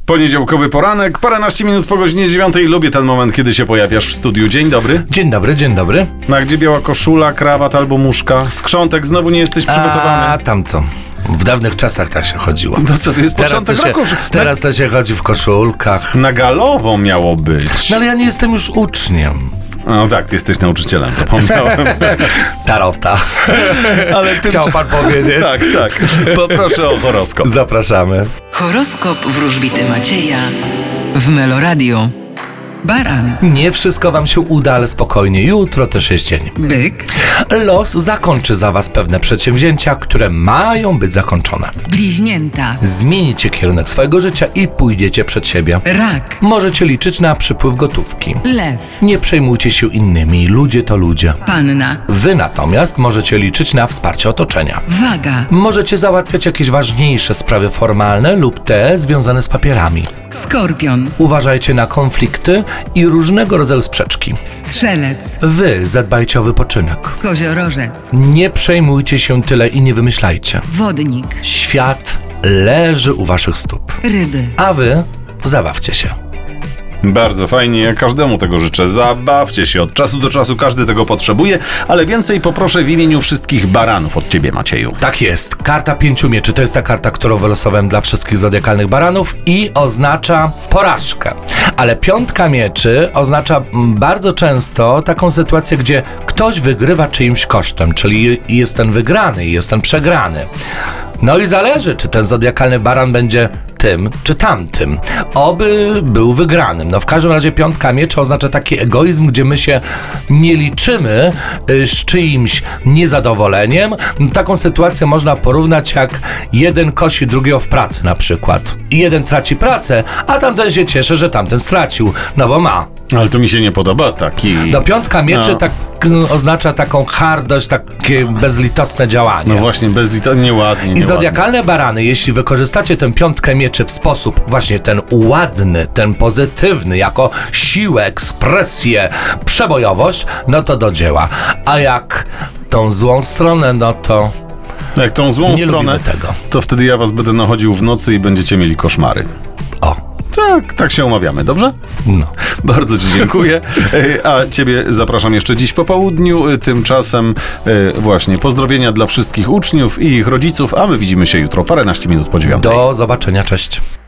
Poniedziałkowy poranek, paręnaście minut po godzinie 9. Lubię ten moment, kiedy się pojawiasz w studiu. Dzień dobry. Dzień dobry, dzień dobry. Na gdzie biała koszula, krawat albo muszka? Skrzątek, znowu nie jesteś przygotowany. A, tamto. W dawnych czasach tak się chodziło. No co, to jest początek roku. Teraz to się chodzi w koszulkach. Na galowo miało być. No ale ja nie jestem już uczniem. No tak, ty jesteś nauczycielem, zapomniałem. Tarota. Ale Chciał pan powiedzieć? Tak. Poproszę o horoskop. Zapraszamy. Horoskop wróżbity Macieja w Meloradio. Baran, Nie wszystko wam się uda, ale spokojnie. Jutro też jest dzień. byk, Los zakończy za was pewne przedsięwzięcia, które mają być zakończone. bliźnięta, Zmienicie kierunek swojego życia i pójdziecie przed siebie. rak, Możecie liczyć na przypływ gotówki. lew, Nie przejmujcie się innymi. Ludzie to ludzie. panna, Wy natomiast możecie liczyć na wsparcie otoczenia. waga, Możecie załatwiać jakieś ważniejsze sprawy formalne lub te związane z papierami. skorpion, Uważajcie na konflikty i różnego rodzaju sprzeczki. strzelec, Wy zadbajcie o wypoczynek. koziorożec, Nie przejmujcie się tyle i nie wymyślajcie. wodnik, Świat leży u waszych stóp. ryby. A wy zabawcie się. Bardzo fajnie, ja każdemu tego życzę. Zabawcie się, od czasu do czasu każdy tego potrzebuje, ale więcej poproszę w imieniu wszystkich baranów od ciebie, Macieju. Tak jest. Karta 5 mieczy to jest ta karta, którą wylosowałem dla wszystkich zodiakalnych baranów i oznacza porażkę. Ale 5 mieczy oznacza bardzo często taką sytuację, gdzie ktoś wygrywa czyimś kosztem, czyli jest ten wygrany i jest ten przegrany. No i zależy, czy ten zodiakalny baran będzie tym, czy tamtym. Oby był wygranym. No w każdym razie 5 mieczy oznacza taki egoizm, gdzie my się nie liczymy z czyimś niezadowoleniem. Taką sytuację można porównać, jak jeden kosi drugiego w pracy na przykład. I jeden traci pracę, a tamten się cieszy, że tamten stracił, no bo ma. Ale to mi się nie podoba taki... No 5 mieczy No. tak oznacza taką hardość, takie bezlitosne działanie. No właśnie, nieładnie. I zodiakalne barany, jeśli wykorzystacie tę 5 mieczy w sposób właśnie ten ładny, ten pozytywny, jako siłę, ekspresję, przebojowość, no to do dzieła. A jak tą złą stronę, no to Jak tą złą nie stronę, lubimy tego. to wtedy ja was będę nachodził w nocy i będziecie mieli koszmary. O, Tak się umawiamy, dobrze? no. Bardzo ci dziękuję, a ciebie zapraszam jeszcze dziś po południu. Tymczasem właśnie pozdrowienia dla wszystkich uczniów i ich rodziców, a my widzimy się jutro paręnaście minut po 9. Do zobaczenia, cześć.